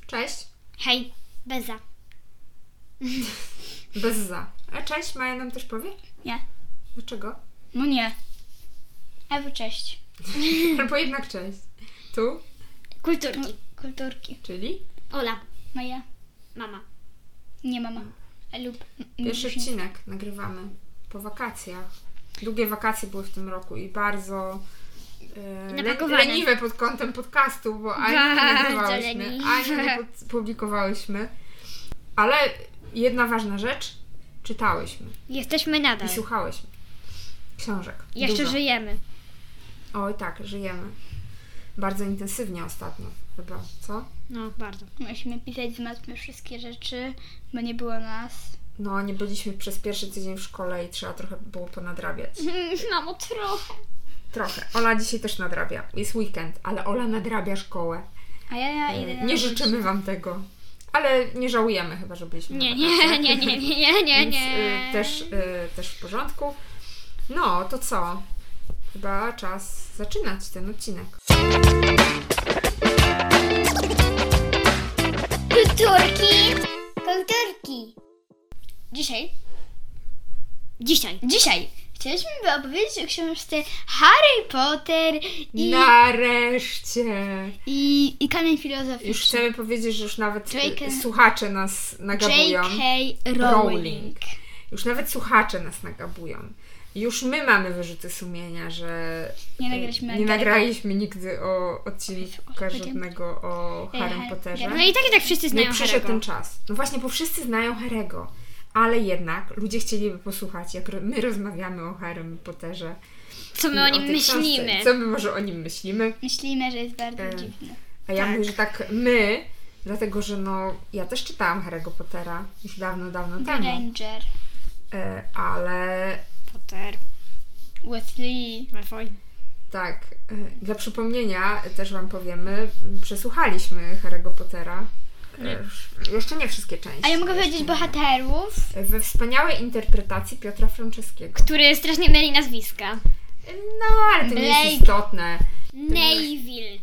Cześć. Hej, Beza. Bez za. A cześć, Maja nam też powie? Nie. Dlaczego? No nie. Albo cześć. Albo jednak cześć. Tu? Kulturki. Kulturki. Czyli? Ola. Maja. Mama. Nie mama. Lub... Pierwszy odcinek nagrywamy po wakacjach. Długie wakacje były w tym roku i bardzo leniwe pod kątem podcastu, bo ani nie nagrywałyśmy, ani nie publikowałyśmy. Ale jedna ważna rzecz, czytałyśmy. Jesteśmy nadal. I słuchałyśmy książek. Jeszcze Dużo. żyjemy. Oj tak, żyjemy. Bardzo intensywnie ostatnio chyba, co? No, bardzo. Musimy pisać z matmy wszystkie rzeczy, bo nie było nas. No, nie byliśmy przez pierwszy tydzień w szkole i trzeba trochę było ponadrabiać. Mamo, trochę. Trochę. Ola dzisiaj też nadrabia. Jest weekend, ale Ola nadrabia szkołę. A ja idę na Nie życzymy Wam tego. Ale nie żałujemy chyba, że byliśmy Nie. Więc też w porządku. No, to co? Chyba czas zaczynać ten odcinek. Kulturki. Dzisiaj chcieliśmy opowiedzieć o książce Harry Potter Nareszcie! i Kamień Filozoficzny. Już chcemy powiedzieć, że już nawet J.K. słuchacze nas nagabują. J.K. Rowling. Już nawet słuchacze nas nagabują. Już my mamy wyrzuty sumienia, że nie nagraliśmy nigdy o odcinka żadnego o Harrym Potterze. No i tak wszyscy znają Harry'ego. Nie przyszedł ten czas. No właśnie, bo wszyscy znają Harry'ego. Ale jednak ludzie chcieliby posłuchać, jak my rozmawiamy o Harrym Potterze. Co my o nim myślimy. Książce. Co my może o nim myślimy. Myślimy, że jest bardzo dziwny. A ja mówię, że tak my, dlatego, że ja też czytałam Harry'ego Pottera już dawno temu. Granger. Ale... Potter. Weasley. Malfoy. Tak. Dla przypomnienia też Wam powiemy, przesłuchaliśmy Harry'ego Pottera. Jeszcze nie wszystkie części. A ja mogę powiedzieć bohaterów? We wspaniałej interpretacji Piotra Franceskiego. Który strasznie myli nazwiska. No, ale to nie jest istotne. Neville.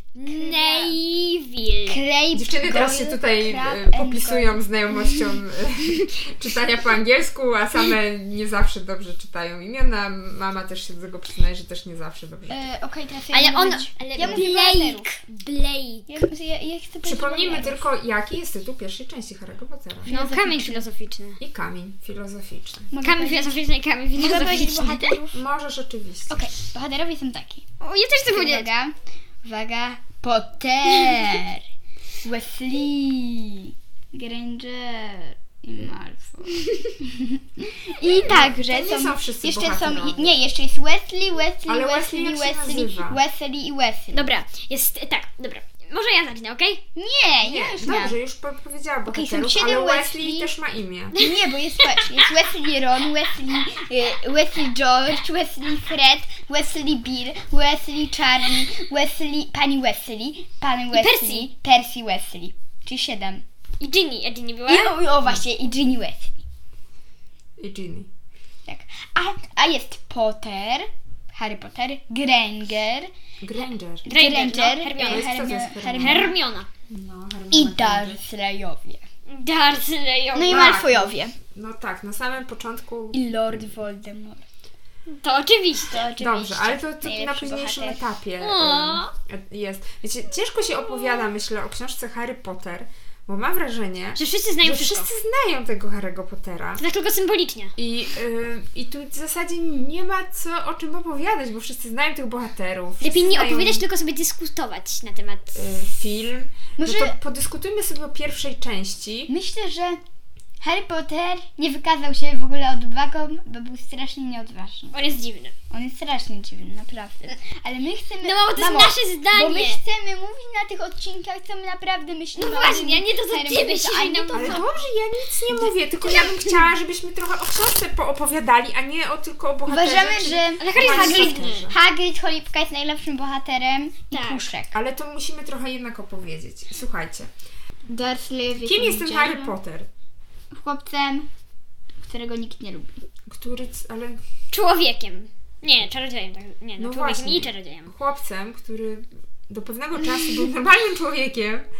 Dziewczyny teraz się tutaj popisują znajomością czytania po angielsku, a same nie zawsze dobrze czytają imiona. Mama też się do tego przyznaje, że też nie zawsze dobrze czyta. Okej, teraz ja mówię Blake. Ja chcę Przypomnijmy tylko, jaki jest tytuł pierwszej części Harry'ego Pottera. No, Kamień Filozoficzny. I Kamień Filozoficzny. Kamień Filozoficzny i Kamień Filozoficzny. Mogę powiedzieć bohaterów? Możesz oczywiście. Okej, bohaterowie są taki. O, ja też chcę powiedzieć. Uwaga. Potter, Weasley, Granger i Malfoy. I także to nie są wszyscy jeszcze bohaterowie. jeszcze jest Weasley i Weasley. Dobra, jest tak, dobra. Może ja zacznę, okej? Nie, ja już dobrze, już powiedziałam bohaterów, są ale Weasley też ma imię. Nie, bo jest Weasley Ron, Weasley George, Weasley Fred, Weasley Bill, Weasley Charlie, Pani Weasley, Pan Weasley, Percy Weasley. Czyli 7. I Ginny była? Właśnie, i Ginny Weasley. I Ginny. Tak. A jest Potter, Harry Potter, Granger, Hermiona. I Dursleyowie. No i Malfoyowie. No tak, na samym początku. I Lord Voldemort. To oczywiście. Dobrze, ale to na późniejszym etapie jest. Wiecie, ciężko się opowiada, myślę, o książce Harry Potter, bo mam wrażenie, że wszyscy znają tego Harry'ego Pottera. To tak tylko symbolicznie. I tu w zasadzie nie ma o czym opowiadać, bo wszyscy znają tych bohaterów. Lepiej nie opowiadać, tylko sobie dyskutować na temat film. Może... No to podyskutujmy sobie o pierwszej części. Myślę, że Harry Potter nie wykazał się w ogóle odwagą, bo był strasznie nieodważny. On jest dziwny. On jest strasznie dziwny, naprawdę. Ale my chcemy... No mamo, to jest nasze zdanie. Bo my chcemy mówić na tych odcinkach, co my naprawdę myślimy. No właśnie, a nie to, co ty myślisz. Ale dobrze, ja nic nie mówię, tylko ja bym chciała, żebyśmy trochę o książce poopowiadali, a nie tylko o bohaterze. Uważamy, że Hagrid Cholipka jest najlepszym bohaterem i Puszek. Ale to musimy trochę jednak opowiedzieć. Słuchajcie. Dursley. Kim jest ten Harry Potter? Chłopcem, którego nikt nie lubi. Ale... Człowiekiem. Nie, czarodziejem. Tak. Nie, no człowiekiem właśnie, i czarodziejem. Chłopcem, który do pewnego czasu był normalnym człowiekiem,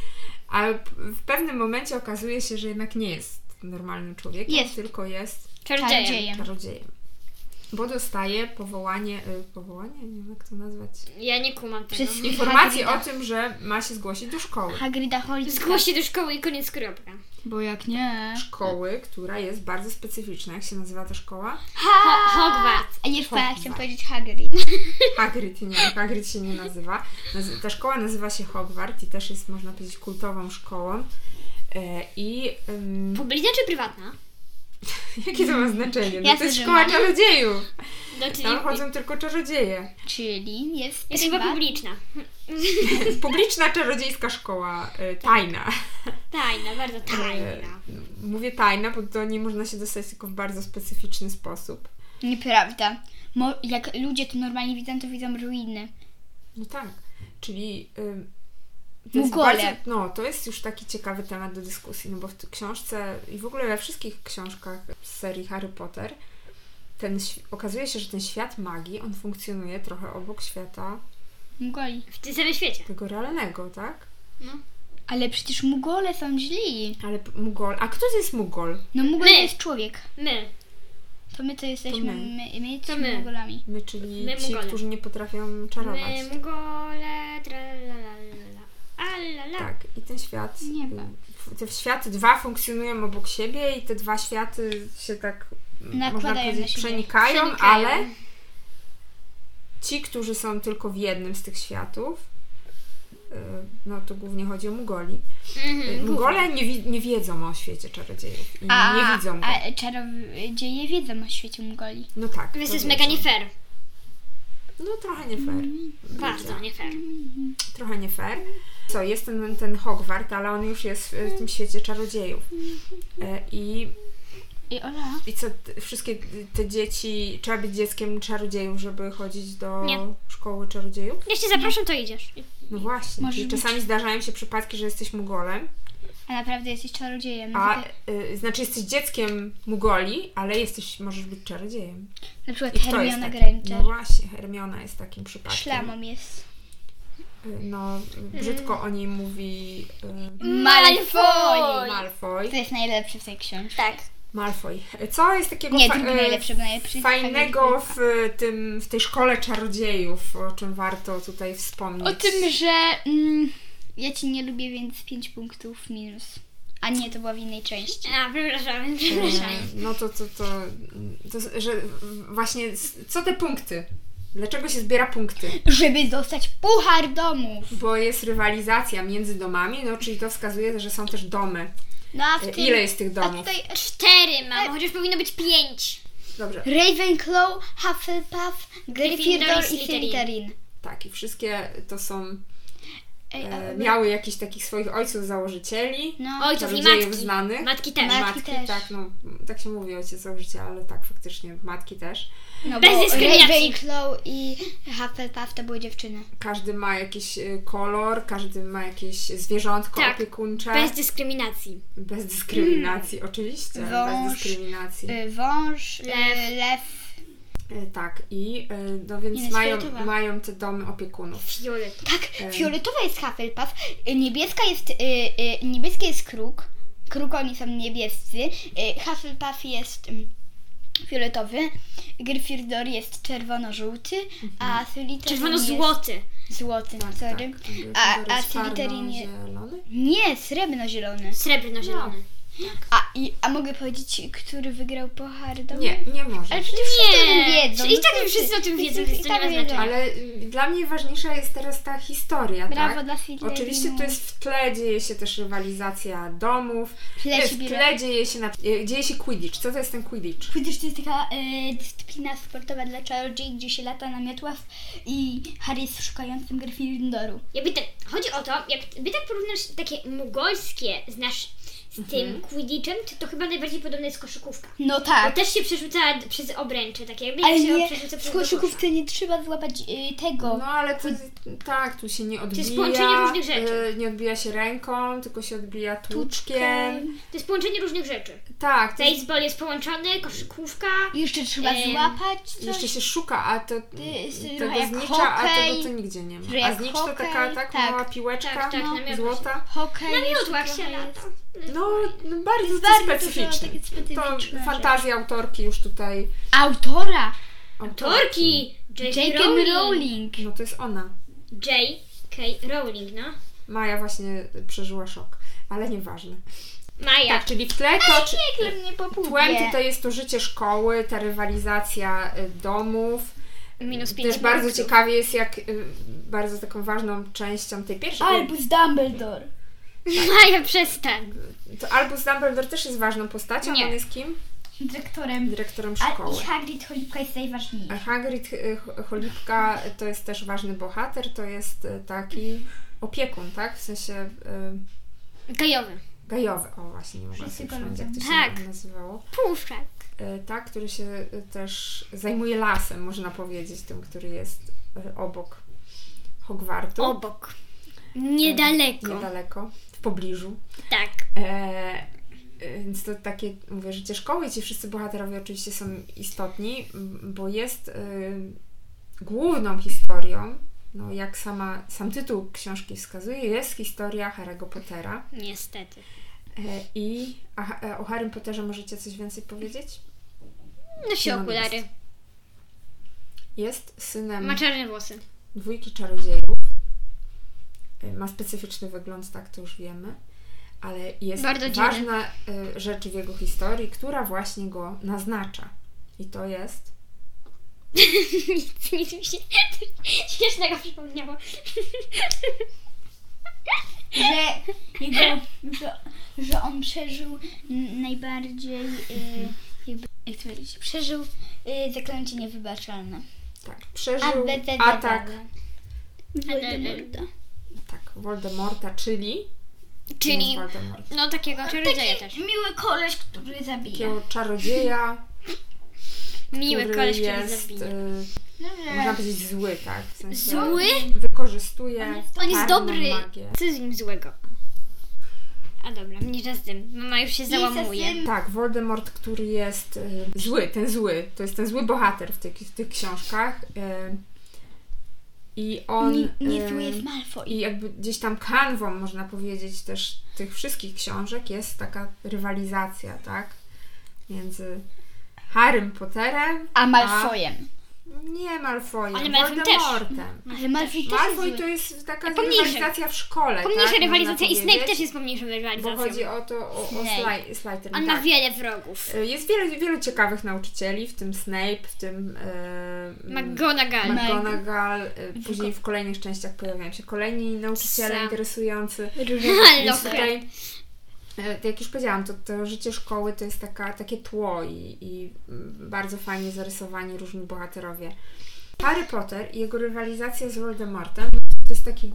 Ale w pewnym momencie okazuje się, że jednak nie jest normalnym człowiekiem, tylko jest czarodziejem. Bo dostaje powołanie, nie wiem jak to nazwać. Ja nie kumam tego. Informację o tym, że ma się zgłosić do szkoły. Hagrida Holika. Zgłosi do szkoły i koniec, kropka. Bo jak nie... Szkoły, która jest bardzo specyficzna. Jak się nazywa ta szkoła? Hogwarts. A nie, chciałam powiedzieć Hagrid. Hagrid się nie nazywa. Ta szkoła nazywa się Hogwarts i też jest, można powiedzieć, kultową szkołą. Publiczna czy prywatna? Jakie to ma znaczenie? To jest szkoła czarodziejów. Tam chodzą tylko czarodzieje. Czyli jest chyba publiczna. Publiczna czarodziejska szkoła. Tajna. Tajna, bardzo tajna. Mówię tajna, bo do niej można się dostać tylko w bardzo specyficzny sposób. Nieprawda. Jak ludzie to normalnie widzą, to widzą ruiny. No tak. Czyli... Mugole. To jest już taki ciekawy temat do dyskusji, no bo w książce i w ogóle we wszystkich książkach z serii Harry Potter okazuje się, że ten świat magii, on funkcjonuje trochę obok świata Mugoli. W tym samym świecie. Tego realnego, tak? No. Ale przecież Mugole są źli. Ale a kto to jest Mugol? No Mugol to jest człowiek. My. To my to jesteśmy, my jesteśmy my. Mugolami. Czyli ci, którzy nie potrafią czarować. My Mugole, Tak, i ten świat, te światy dwa funkcjonują obok siebie i te dwa światy się tak, można powiedzieć, przenikają, ale ci, którzy są tylko w jednym z tych światów, to głównie chodzi o Mugoli. Mugole nie wiedzą o świecie czarodziejów i nie widzą go. A czarodzieje wiedzą o świecie Mugoli. No tak. To jest mega nie fair. No trochę nie fair. Bardzo nie fair. Trochę nie fair. Jest ten Hogwart, ale on już jest w tym świecie czarodziejów. I co, wszystkie te dzieci, trzeba być dzieckiem czarodziejów, żeby chodzić do szkoły czarodziejów? Jak cię zaproszą, to idziesz. No właśnie, czyli czasami zdarzają się przypadki, że jesteś Mugolem. A naprawdę jesteś czarodziejem. Znaczy jesteś dzieckiem Mugoli, ale możesz być czarodziejem. Na przykład Hermiona Granger. No właśnie, Hermiona jest takim przypadkiem. Szlamą jest. Brzydko o niej mówi Malfoy. To jest najlepszy w tej książce. Tak. Malfoy. Co jest takiego fajnego w tej szkole czarodziejów, o czym warto tutaj wspomnieć? O tym, że ja cię nie lubię, więc 5 punktów minus. A nie, to była w innej części. Przepraszam. Że właśnie, co te punkty? Dlaczego się zbiera punkty? Żeby dostać puchar domów. Bo jest rywalizacja między domami, czyli to wskazuje, że są też domy. Ile jest tych domów? Tutaj 4 mam, chociaż powinno być 5. Dobrze. Ravenclaw, Hufflepuff, Gryffindor i Slytherin. Tak, i wszystkie to są... miały jakichś takich swoich ojców założycieli. Ojców i matki. Znanych. Matki też. Matki też. Tak, tak się mówi, ojciec założyciel, ale tak, faktycznie matki też. Bez dyskryminacji. Ravenclaw i Hufflepuff to były dziewczyny. Każdy ma jakiś kolor, każdy ma jakieś zwierzątko opiekuńcze. Bez dyskryminacji. Bez dyskryminacji, oczywiście. Bez dyskryminacji. Wąż, lew. Tak, i więc mają te domy opiekunów. Fioletowa. Tak, fioletowa jest Hufflepuff, niebieski jest kruk. Krukoni są niebiescy. Hufflepuff jest fioletowy. Gryffindor jest czerwono-żółty, a Slytherin czerwono-złoty. Złoty, sorry. A Slytherin jest... Nie, srebrno-zielony. Srebrno-zielony. Tak. A mogę powiedzieć, który wygrał puchar domu? Nie możesz. Ale przecież wszyscy o tym wiedzą. I tak wszyscy o tym wiedzą, więc to nie ma znaczenia. Ale dla mnie ważniejsza jest teraz ta historia, Brawo tak? dla Slytherinu. Oczywiście to jest w tle, dzieje się też rywalizacja domów. W tle dzieje się Quidditch. Co to jest ten Quidditch? Quidditch to jest taka dyscyplina sportowa dla czarodziei, gdzie się lata na miotłach i Harry jest szukającym Gryffindoru. Chodzi o to, jakby tak porównać takie mugolskie, z tym Quidditchem, to chyba najbardziej podobna jest koszykówka. No tak. Bo też się przerzuca przez obręcze, tak jakby Ale się nie, przerzuca w przez koszykówce nie trzeba złapać tego. No ale to, tak, tu się nie odbija. To jest połączenie różnych rzeczy. Nie odbija się ręką, tylko się odbija tłuczkiem. To jest połączenie różnych rzeczy. Tak. Baseball jest połączony, koszykówka. Jeszcze trzeba złapać coś. Jeszcze się szuka, a to tego jak znicza, a hokej, tego to nigdzie nie ma. jak A znicz to taka hokej, mała piłeczka Tak, na miodłach złota. Hokej. Na jeszcze miodłach się trochę lata. No bardzo Jest to bardzo specyficzne. takie specyficzne To rzeczy. fantazja autorki już tutaj. Autora! Autorki! J.K. Rowling. No to jest ona. J.K. Rowling, no. Maja właśnie przeżyła szok, ale nieważne. Maja. Tak, czyli w tle to... Nie popłuję. Tłem tutaj jest to życie szkoły, ta rywalizacja domów. Minus 5 Też bardzo ciekawie jest, jak bardzo taką ważną częścią tej pierwszej... Albus Dumbledore. Maja, przestań. To Albus Dumbledore też jest ważną postacią. Nie. On jest kim? Dyrektorem A szkoły. i Hagrid Cholipka jest najważniejszy. A Hagrid Cholipka to jest też ważny bohater, to jest taki opiekun, tak? W sensie Gajowy. gajowy. O właśnie, nie mogłam sobie przypomnieć, jak to się Tak. nazywało. Puszczak. Tak, który się też zajmuje lasem, można powiedzieć, tym, który jest obok Hogwartu. Obok. Niedaleko. Niedaleko, w pobliżu. Tak. Więc to takie, mówię, życie szkoły i ci wszyscy bohaterowie oczywiście są istotni, bo jest główną historią, no jak sam tytuł książki wskazuje, jest historia Harry'ego Pottera. Niestety. I o Harrym Potterze możecie coś więcej powiedzieć? Nosi okulary. Jest synem Ma czarne włosy. 2 czarodziejów. Ma specyficzny wygląd, tak, to już wiemy. Ale jest Bardzo ważna rzecz w jego historii, która właśnie go naznacza. I to jest... Nic mi się śmiesznego przypomniało. Że on przeżył najbardziej jak to powiedzieć, przeżył zaklęcie niewybaczalne. Tak, przeżył atak Voldemorta. tak, Voldemorta, czyli Voldemort. No takiego czarodzieja też. Miły koleś, który zabija. Takiego czarodzieja, Miły który koleś, który jest, zabija. można powiedzieć, zły, tak? W sensie Zły? Wykorzystuje On jest czarną dobry. magię. Co z nim złego? A dobra, mniejsza z tym. Mama już się załamuje. Tak, Voldemort, który jest zły, to jest ten zły bohater w tych książkach. I on... Nie zły jest Malfoy. I jakby gdzieś tam kanwą, można powiedzieć, też tych wszystkich książek jest taka rywalizacja, tak? Między Harrym Potterem a Malfoyem. Nie Malfoyem, Ale Malfoy Voldemortem. Ale Malfoy To jest taka Pomniejsza. rywalizacja w szkole, Pomniejsza tak? rywalizacja i Można Snape powiedzieć. też jest pomniejszą rywalizacją. Bo chodzi o to, o Slytherin. On ma tak. wiele wrogów. Jest wielu ciekawych nauczycieli, w tym Snape, w tym McGonagall. Później w kolejnych częściach pojawiają się kolejni nauczyciele interesujący. Halo, Tutaj, jak już powiedziałam, to życie szkoły to jest takie tło i bardzo fajnie zarysowani różni bohaterowie. Harry Potter i jego rywalizacja z Voldemortem to jest taki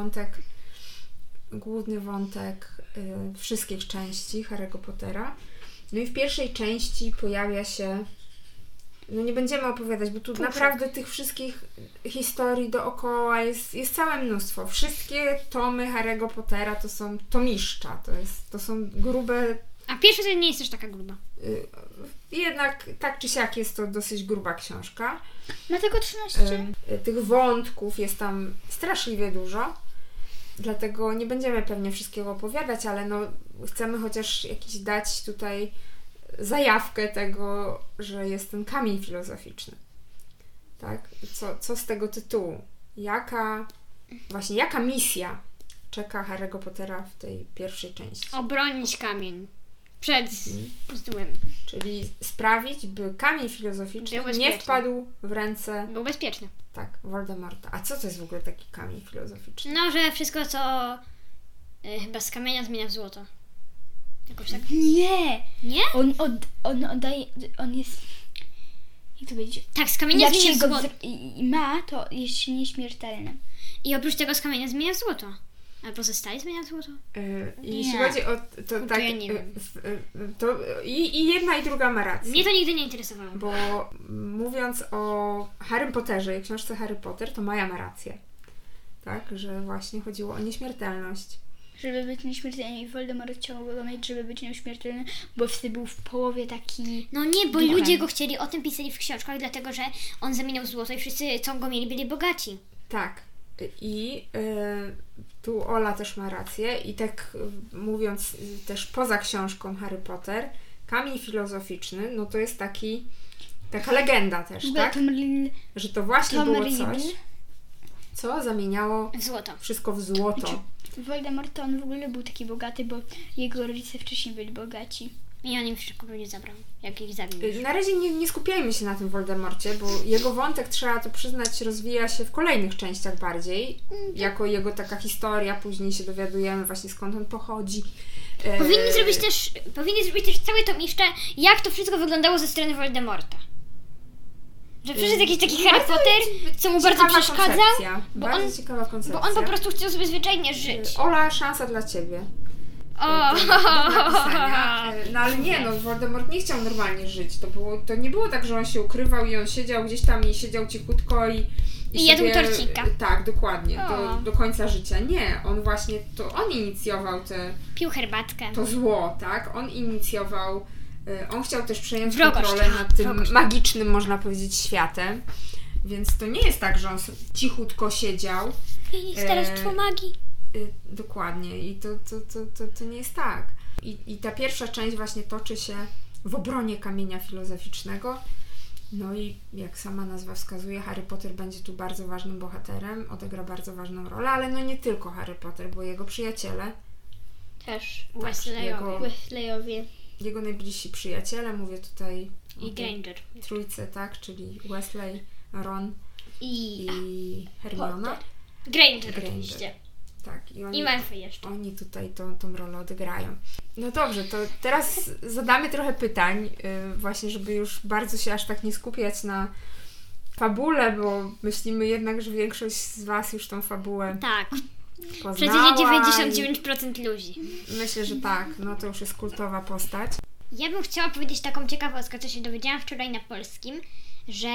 główny wątek wszystkich części Harry'ego Pottera. No i w pierwszej części pojawia się, no nie będziemy opowiadać, bo tu naprawdę tych wszystkich historii dookoła jest całe mnóstwo. Wszystkie tomy Harry'ego Pottera to są tomiszcza, to są grube... A pierwsza to nie jest też taka gruba. Jednak tak czy siak jest to dosyć gruba książka. Ma tylko 13. Tych wątków jest tam straszliwie dużo, dlatego nie będziemy pewnie wszystkiego opowiadać, ale no chcemy chociaż dać tutaj zajawkę tego, że jest ten kamień filozoficzny. Tak? Co z tego tytułu? Jaka misja czeka Harry'ego Pottera w tej pierwszej części? Obronić kamień przed złem. Czyli sprawić, by kamień filozoficzny nie wpadł w ręce... Był bezpieczny. Tak, Voldemorta. A co to jest w ogóle taki kamień filozoficzny? No, że wszystko, co chyba z kamienia zmienia w złoto. Jakoś tak. Nie! Nie? On oddaje... On jest... Jak to powiedzieć? Tak, z kamienia Jak zmienia się w go złoto. ma, to jest nieśmiertelny. I oprócz tego z kamienia zmienia w złoto. Albo zostali zmieniać złoto? Jeśli chodzi o to tak, ja nie wiem. To i jedna i druga ma rację. Mnie to nigdy nie interesowało. Bo mówiąc o Harrym Potterze i książce Harry Potter, to Maja ma rację. Tak, że właśnie chodziło o nieśmiertelność. Żeby być nieśmiertelny i Voldemort chciał go mieć, żeby być nieśmiertelny, bo wtedy był w połowie taki... No nie, bo duchem. ludzie go chcieli, o tym pisali w książkach, dlatego że on zamieniał złoto i wszyscy, co go mieli, byli bogaci. Tak. I tu Ola też ma rację. I tak mówiąc też poza książką Harry Potter, kamień filozoficzny, no to jest taka legenda też, tak? Że to właśnie było coś, co zamieniało Złoto. wszystko w złoto. Voldemort to on w ogóle był taki bogaty, bo jego rodzice wcześniej byli bogaci. I on im wszystko nie zabrał, jak ich zabił. Na razie nie skupiajmy się na tym Voldemorcie, bo jego wątek, trzeba to przyznać, rozwija się w kolejnych częściach bardziej. Jako jego taka historia, później się dowiadujemy właśnie skąd on pochodzi. Powinni zrobić też cały tom jeszcze, jak to wszystko wyglądało ze strony Voldemorta. Że przyszedł jakiś taki Harry Potter, co mu bardzo przeszkadzał, ciekawa koncepcja. bo on po prostu chciał sobie zwyczajnie żyć. Ola, szansa dla ciebie. O. No ale nie, no Voldemort nie chciał normalnie żyć. To nie było tak, że on się ukrywał i on siedział gdzieś tam i siedział cichutko i jadł torcika. Tak, dokładnie, do końca życia. Nie, on właśnie, to on inicjował pił herbatkę. To zło, tak? On inicjował, on chciał też przejąć kontrolę nad tym magicznym, można powiedzieć, światem. Więc to nie jest tak, że on cichutko siedział. Starostwo magii. Dokładnie. I to nie jest tak. I ta pierwsza część właśnie toczy się w obronie kamienia filozoficznego. No i jak sama nazwa wskazuje, Harry Potter będzie tu bardzo ważnym bohaterem, odegra bardzo ważną rolę, ale no nie tylko Harry Potter, bo jego przyjaciele też Weasleyowie. Jego najbliżsi przyjaciele, mówię tutaj i Granger. Trójce, tak, czyli Weasley, Ron i Hermiona. Granger oczywiście. Tak, i Malfoy jeszcze. Oni tutaj tą rolę odegrają. No dobrze, to teraz zadamy trochę pytań, właśnie żeby już bardzo się aż tak nie skupiać na fabule, bo myślimy jednak, że większość z Was już tą fabułę poznała. Przecież 99% ludzi. Myślę, że tak, no to już jest kultowa postać. Ja bym chciała powiedzieć taką ciekawostkę, co się dowiedziałam wczoraj na polskim, że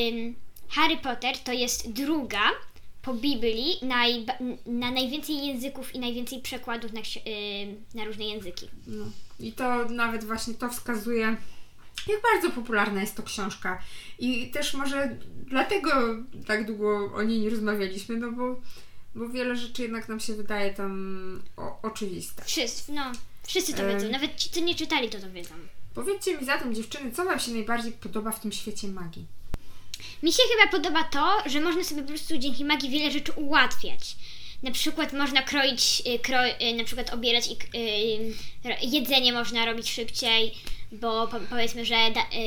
Harry Potter to jest druga po Biblii na najwięcej języków i najwięcej przekładów na różne języki. No. I to nawet właśnie to wskazuje, jak bardzo popularna jest to książka. I też może dlatego tak długo o niej nie rozmawialiśmy, no bo wiele rzeczy jednak nam się wydaje tam oczywiste. Wszyscy to wiedzą. Nawet ci, co nie czytali, to wiedzą. Powiedzcie mi zatem, dziewczyny, co Wam się najbardziej podoba w tym świecie magii? Mi się chyba podoba to, że można sobie po prostu dzięki magii wiele rzeczy ułatwiać. Na przykład można na przykład obierać jedzenie można robić szybciej, bo powiedzmy, że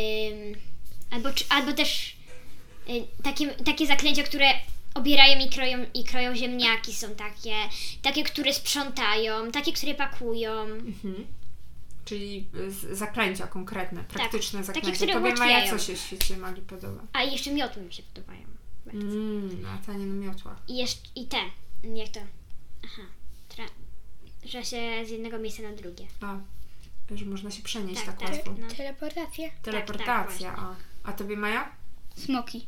albo też takie zaklęcia, które obierają i kroją ziemniaki, są takie, które sprzątają, takie, które pakują. Mhm. Czyli zaklęcia konkretne, praktyczne zaklęcia. Takie, które Tobie, Maja, co się w świecie magii podoba? A jeszcze miotły mi się podobają. Latanie na miotłach. I te, jak to? Że się z jednego miejsca na drugie. Że można się przenieść tak łatwo. No. Teleportacja. Tak, a Tobie, Maja? Smoki.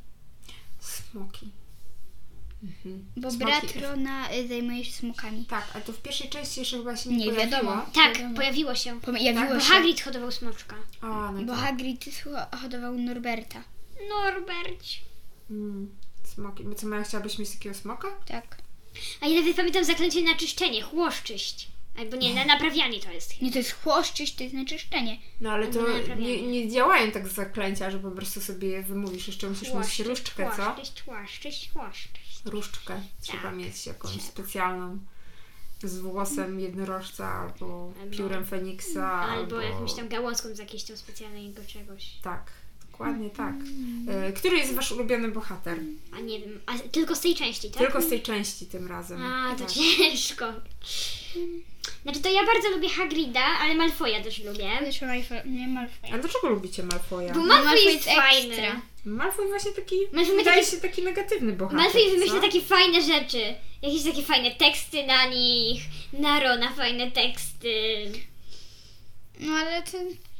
Bo smoki. Brat Rona zajmuje się smokami. Tak, a to w pierwszej części jeszcze chyba się nie pojawiło. Wiadomo. Tak, pojawiło się. Bo Hagrid hodował smoczka. Bo Hagrid hodował Norberta. Norberć. Smoki. Bo co, Maja, chciałabyś mieć takiego smoka? Tak. A ja nawet pamiętam zaklęcie na czyszczenie, chłoszczyść. Albo nie, na naprawianie to jest. Nie, to jest chłoszczyść, to jest na czyszczenie. No ale to nie działają tak zaklęcia, że po prostu sobie je wymówisz. Jeszcze musisz mieć różdżkę, co? Chłoszczyść. Różdżkę trzeba mieć jakąś specjalną z włosem jednorożca albo piórem Feniksa. Albo jakimś tam gałązką z jakiegoś tam specjalnego czegoś. Tak, dokładnie tak. Który jest Wasz ulubiony bohater? A nie wiem, tylko z tej części, tak? Tylko z tej części tym razem. To ciężko. Znaczy to ja bardzo lubię Hagrida, ale Malfoya też lubię. Nie Malfoya. A dlaczego lubicie Malfoya? Bo Malfoy jest fajny. ekstra. Malfoy właśnie taki, Malfoy wydaje się taki negatywny bohater. Malfoy wymyśla co? takie fajne rzeczy. Jakieś takie fajne teksty na nich. Na Rona fajne teksty. No ale to...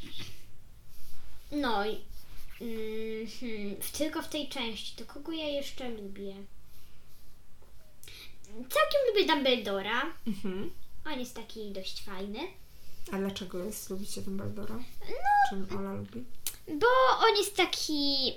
No i... tylko w tej części. To kogo ja jeszcze lubię? Całkiem lubię Dumbledora. Mhm. On jest taki dość fajny. A dlaczego lubicie Dumbledora? No, Czym Ola lubi? bo on jest taki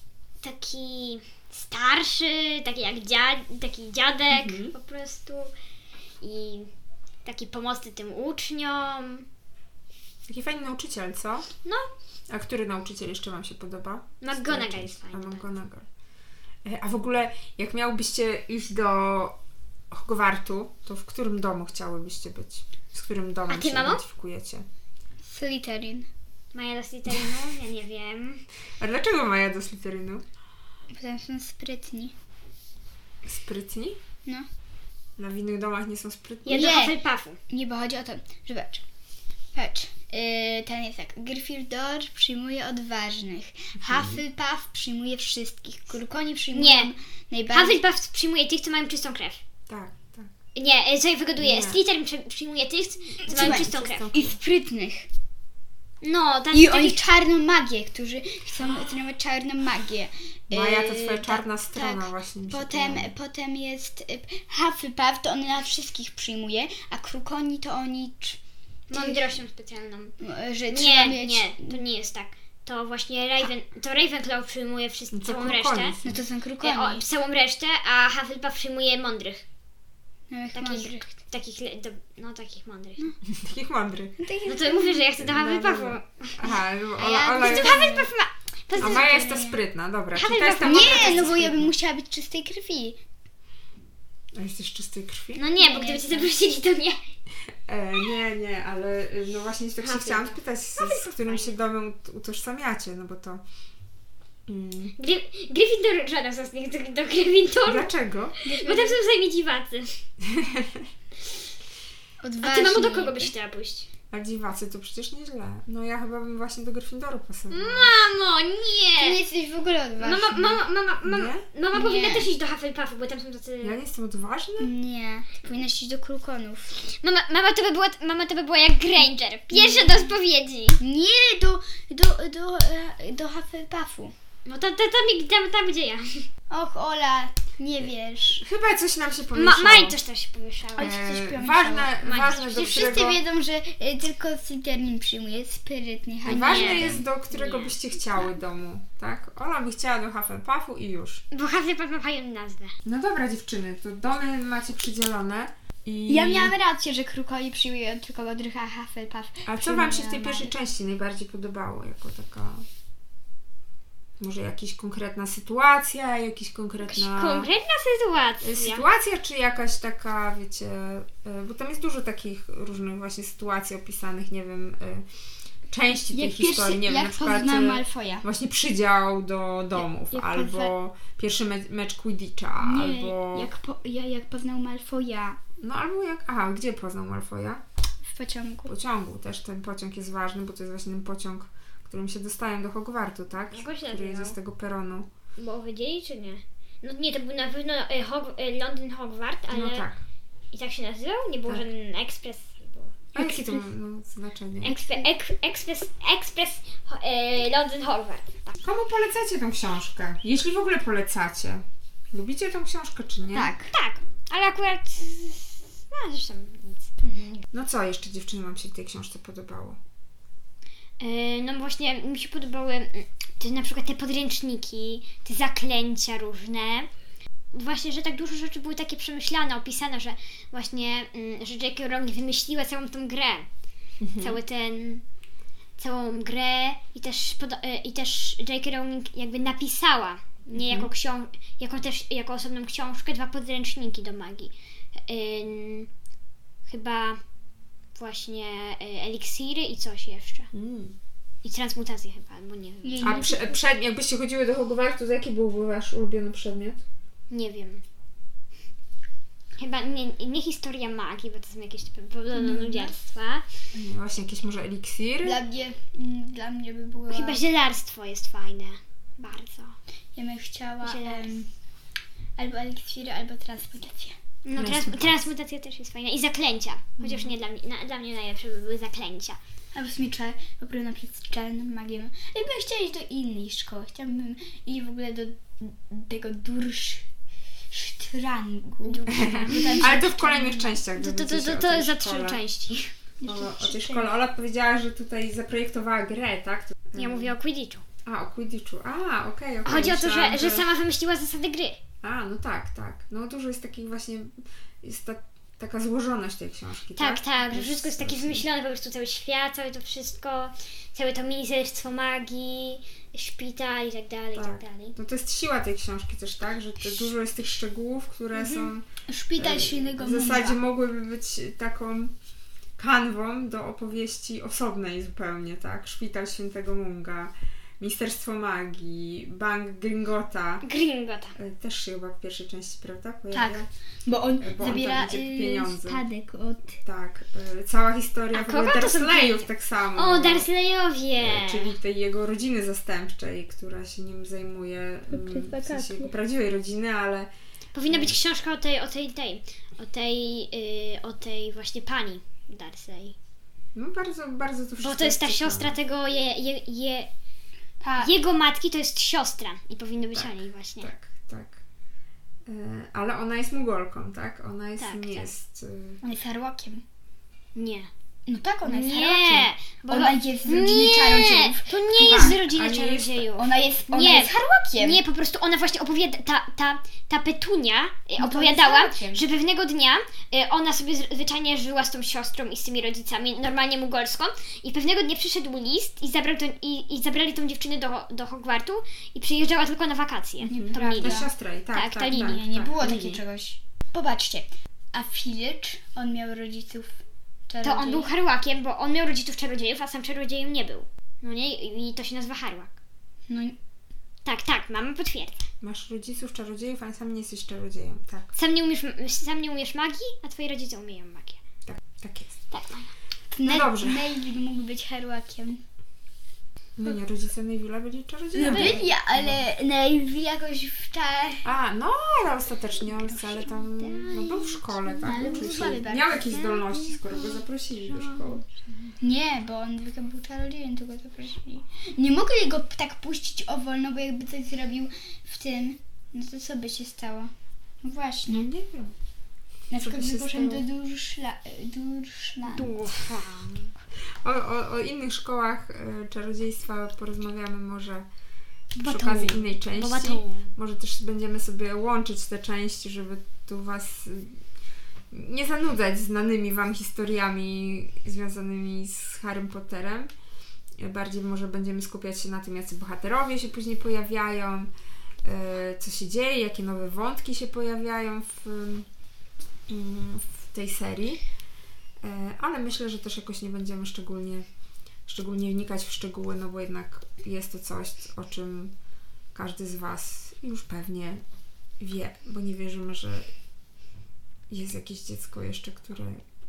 starszy, taki jak taki dziadek po prostu i taki pomocny tym uczniom. Taki fajny nauczyciel, co? No, A który nauczyciel jeszcze wam się podoba? McGonagall jest fajny. A McGonagall. A w ogóle, jak miałbyście iść do Hogwartu, to w którym domu chciałybyście być? Z którym domem A ty, się mamo? identyfikujecie? Slytherin. Maja do Slytherinu? Ja nie wiem. A dlaczego Maja do Slytherinu? Potem są sprytni. Sprytni? No. W innych domach nie są sprytni? Ja do Nie. Hufflepuffu. Nie, bo chodzi o to, że patrz, ten jest tak, Gryffindor przyjmuje odważnych, Hufflepuff przyjmuje wszystkich, Krukoni przyjmują Nie. najbardziej... Hufflepuff przyjmuje tych, co mają czystą krew. Tak, tak. Nie, co ja wygaduję. Nie. Slytherin przyjmuje tych, co mają czystą krew. I sprytnych. No, I oni czarną magię, którzy chcą trenować czarną magię. Maja to twoja czarna tak, strona tak. właśnie. Mi się Potem, podoba. potem jest Hufflepuff, to on na wszystkich przyjmuje, a Krukoni to oni... mądrością specjalną. Że trzeba mieć... Nie, to nie jest tak. To właśnie Ravenclaw przyjmuje No to całą Krukoni resztę. są. No to są Krukoni. Całą resztę, a Hufflepuff przyjmuje mądrych. Takich mądrych. Takich mądrych. No to mówię, że ja chcę do Hufflepuffu. Aha, ja- Ola jest... Hufflepuff ma... A Maja jest ta sprytna, dobra. Czyli to jest ta mądra, to Nie, jest no bo ja bym sprytna. musiała być czystej krwi. A jesteś czystej krwi? No nie, bo gdyby cię zaprosili, to nie. Nie, ale no właśnie tak się Hufflepuff. chciałam spytać, z którym się domem utożsamiacie, no bo to... Gryffindor żaden z nich do Gryffindoru. Dlaczego? Bo tam są sami dziwacy. A ty, mamo, do kogo byś chciała pójść? A dziwacy to przecież nieźle. No ja chyba bym właśnie do Gryffindoru pasowała. Mamo, Ty nie nie! jesteś w ogóle odważny. Mama Nie. powinna też iść do Hufflepuffu, bo tam są tacy... Ja nie jestem odważny? Nie, ty powinnaś iść do Krukonów. Mama to by była jak Granger. Pierwsza do spowiedzi. Nie, do Hufflepuffu. No tam gdzie ja. Och, Ola, nie wiesz. Chyba coś nam się pomieszało. Maj też tam się pomieszała. Oj, coś pomieszało. Ważne do Przecież którego... wszyscy wiedzą, że tylko Slytherin przyjmuje sprytny. Ważne Nie. jest, do którego Nie. byście chciały domu, tak? Ola by chciała do Hufflepuffu i już. Bo Hufflepuff ma fajną nazwę. No dobra dziewczyny, to domy macie przydzielone i... Ja miałam rację, że Krukoni przyjmują tylko odrych, a Hufflepuff A co wam się w tej przyjmuje pierwszej części najbardziej podobało? Jako taka... Może jakaś konkretna sytuacja, jakaś konkretna... Konkretna sytuacja. Sytuacja, czy jakaś taka, wiecie, bo tam jest dużo takich różnych właśnie sytuacji opisanych, nie wiem, części tej historii, nie wiem, jak na przykład poznałam Malfoya. właśnie przydział do domów, jak albo pierwszy mecz Quidditcha, Nie, albo... jak poznał Malfoya No albo jak... Aha, gdzie poznał Malfoya? w pociągu. W pociągu. Też ten pociąg jest ważny, bo to jest właśnie ten pociąg, którym się dostają do Hogwartu, tak? Jak on się Który nazywał? jest z tego peronu. Bo wiedzieli, czy nie? No nie, to był na pewno Londyn Hogwart, ale... No tak. I tak się nazywał? Nie było Tak. żaden ekspres. A jakie to znaczenie? Ekspres Londyn Hogwart. Tak. Komu polecacie tę książkę? Jeśli w ogóle polecacie. Lubicie tę książkę, czy nie? Tak. Tak, ale akurat... No zresztą nic. No co jeszcze dziewczyny wam się w tej książce podobało? No właśnie mi się podobały na przykład te podręczniki, te zaklęcia różne. Właśnie, że tak dużo rzeczy były takie przemyślane, opisane, że właśnie, że J.K. Rowling wymyśliła całą tą grę. Całą grę i też J.K. Rowling jakby napisała, nie jako osobną książkę, 2 podręczniki do magii. Chyba właśnie eliksiry i coś jeszcze. I transmutacje chyba, albo nie wiem. A jakbyście chodziły do Hogwartu, to jaki byłby wasz ulubiony przedmiot? Nie wiem. Chyba nie historia magii, bo to są jakieś podobne nudziarstwa. Właśnie jakieś może eliksiry? Dla mnie by było... Chyba zielarstwo jest fajne. Bardzo. Ja bym chciała albo eliksiry, albo transmutację. No transmutacja też jest fajna. I zaklęcia. Chociaż nie dla mnie. Dla mnie najlepsze by były zaklęcia. Albo w sumie popróbuję na przykład z czarną magią. Ja bym chciała iść do innej szkoły. Chciałabym iść w ogóle do tego Dursztrangu. Ale to w kolejnych częściach. To jest za 3 części. O tej szkole. Ola powiedziała, że tutaj zaprojektowała grę, tak? Ja mówię o Quidditchu. O Quidditchu. Okej. Chodzi o to, że sama wymyśliła zasady gry. No tak. No dużo jest takich właśnie, jest taka złożoność tej książki, tak? Tak, że wszystko jest takie wymyślone, po prostu cały świat, całe to wszystko, całe to ministerstwo magii, szpital i tak dalej, i tak dalej. No to jest siła tej książki też, tak? Że dużo jest tych szczegółów, które są... Szpital Świętego Munga. W zasadzie mogłyby być taką kanwą do opowieści osobnej zupełnie, tak? Szpital Świętego Munga, Ministerstwo Magii, Bank Gringota. Też się chyba w pierwszej części, prawda? Pojawia? Tak, bo on zabiera pieniądze. spadek od... Tak, cała historia w ogóle Dursleyów tak samo. O, Dursleyowie! Czyli tej jego rodziny zastępczej, która się nim zajmuje, w sensie jego prawdziwej rodziny, ale... Powinna być książka o tej właśnie pani Dursley. No bardzo to wszystko. Bo to jest ta siostra tego jego matki, to jest siostra i powinno być o niej właśnie. Tak. Ale ona jest Mugolką, tak? Ona jest, jest... Ona jest Harłockiem. Nie. No tak, ona jest Harłockiem. Bo ona jest z rodziny czarodziejów. To nie jest z rodziny czarodziejów. Ona jest Harłockiem. Nie, po prostu ona właśnie opowiada, ta Petunia opowiadała, że pewnego dnia ona sobie zwyczajnie żyła z tą siostrą i z tymi rodzicami, normalnie mugolską, i pewnego dnia przyszedł list i zabrali tą dziewczynę do Hogwartu i przyjeżdżała tylko na wakacje. Ta siostra i tak, ta Lily. Nie było takiego czegoś. Popatrzcie, a Filch, on miał rodziców czarodziejów. To on był Harłakiem, bo on miał rodziców czarodziejów, a sam czarodziejem nie był. No nie? I to się nazywa Harłak. No. Tak, mama potwierdza. Masz rodziców czarodziejów, ale sam nie jesteś czarodziejem, tak. Sam nie umiesz magii, a twoi rodzice umieją magię. Tak jest. Tak, Maja. No dobrze. Neville mógł być Harłakiem. No nie, rodzice Neville'a byli czarodziejami. No byli, ale Neville jakoś Ale ostatecznie on wcale tam był w szkole, tak? Miał jakieś zdolności, skoro go zaprosili do szkoły. Nie, bo on tylko był czarodziejem, tylko zaprosili. Nie mogli go tak puścić o wolno, bo jakby coś zrobił w tym, no to co by się stało? No właśnie. No nie wiem. Na przykład by poszedł do Durszlandu. O innych szkołach czarodziejstwa porozmawiamy może przy okazji innej części. Może też będziemy sobie łączyć te części, żeby tu Was nie zanudzać znanymi Wam historiami związanymi z Harrym Potterem. Bardziej może będziemy skupiać się na tym, jacy bohaterowie się później pojawiają, co się dzieje, jakie nowe wątki się pojawiają w tej serii. Ale myślę, że też jakoś nie będziemy szczególnie wnikać w szczegóły, no bo jednak jest to coś, o czym każdy z Was już pewnie wie, bo nie wierzymy, że jest jakieś dziecko jeszcze, które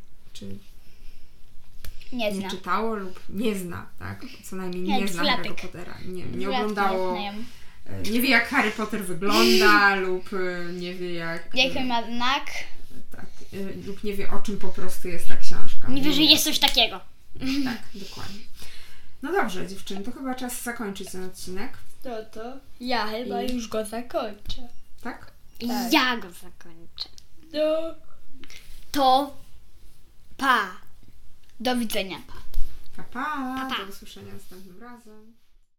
nie czytało lub nie zna, tak? Co najmniej nie zna Harry'ego Pottera. Nie oglądało, nie wie jak Harry Potter wygląda lub nie wie jaki ma znak. Tak, lub nie wie o czym po prostu jest ta książka. Nie wie, że jest coś takiego. Tak, dokładnie. No dobrze, dziewczyny, to chyba czas zakończyć ten odcinek. To ja chyba już go zakończę. Tak? Ja go zakończę. To pa. Do widzenia. Pa. Do usłyszenia następnym razem.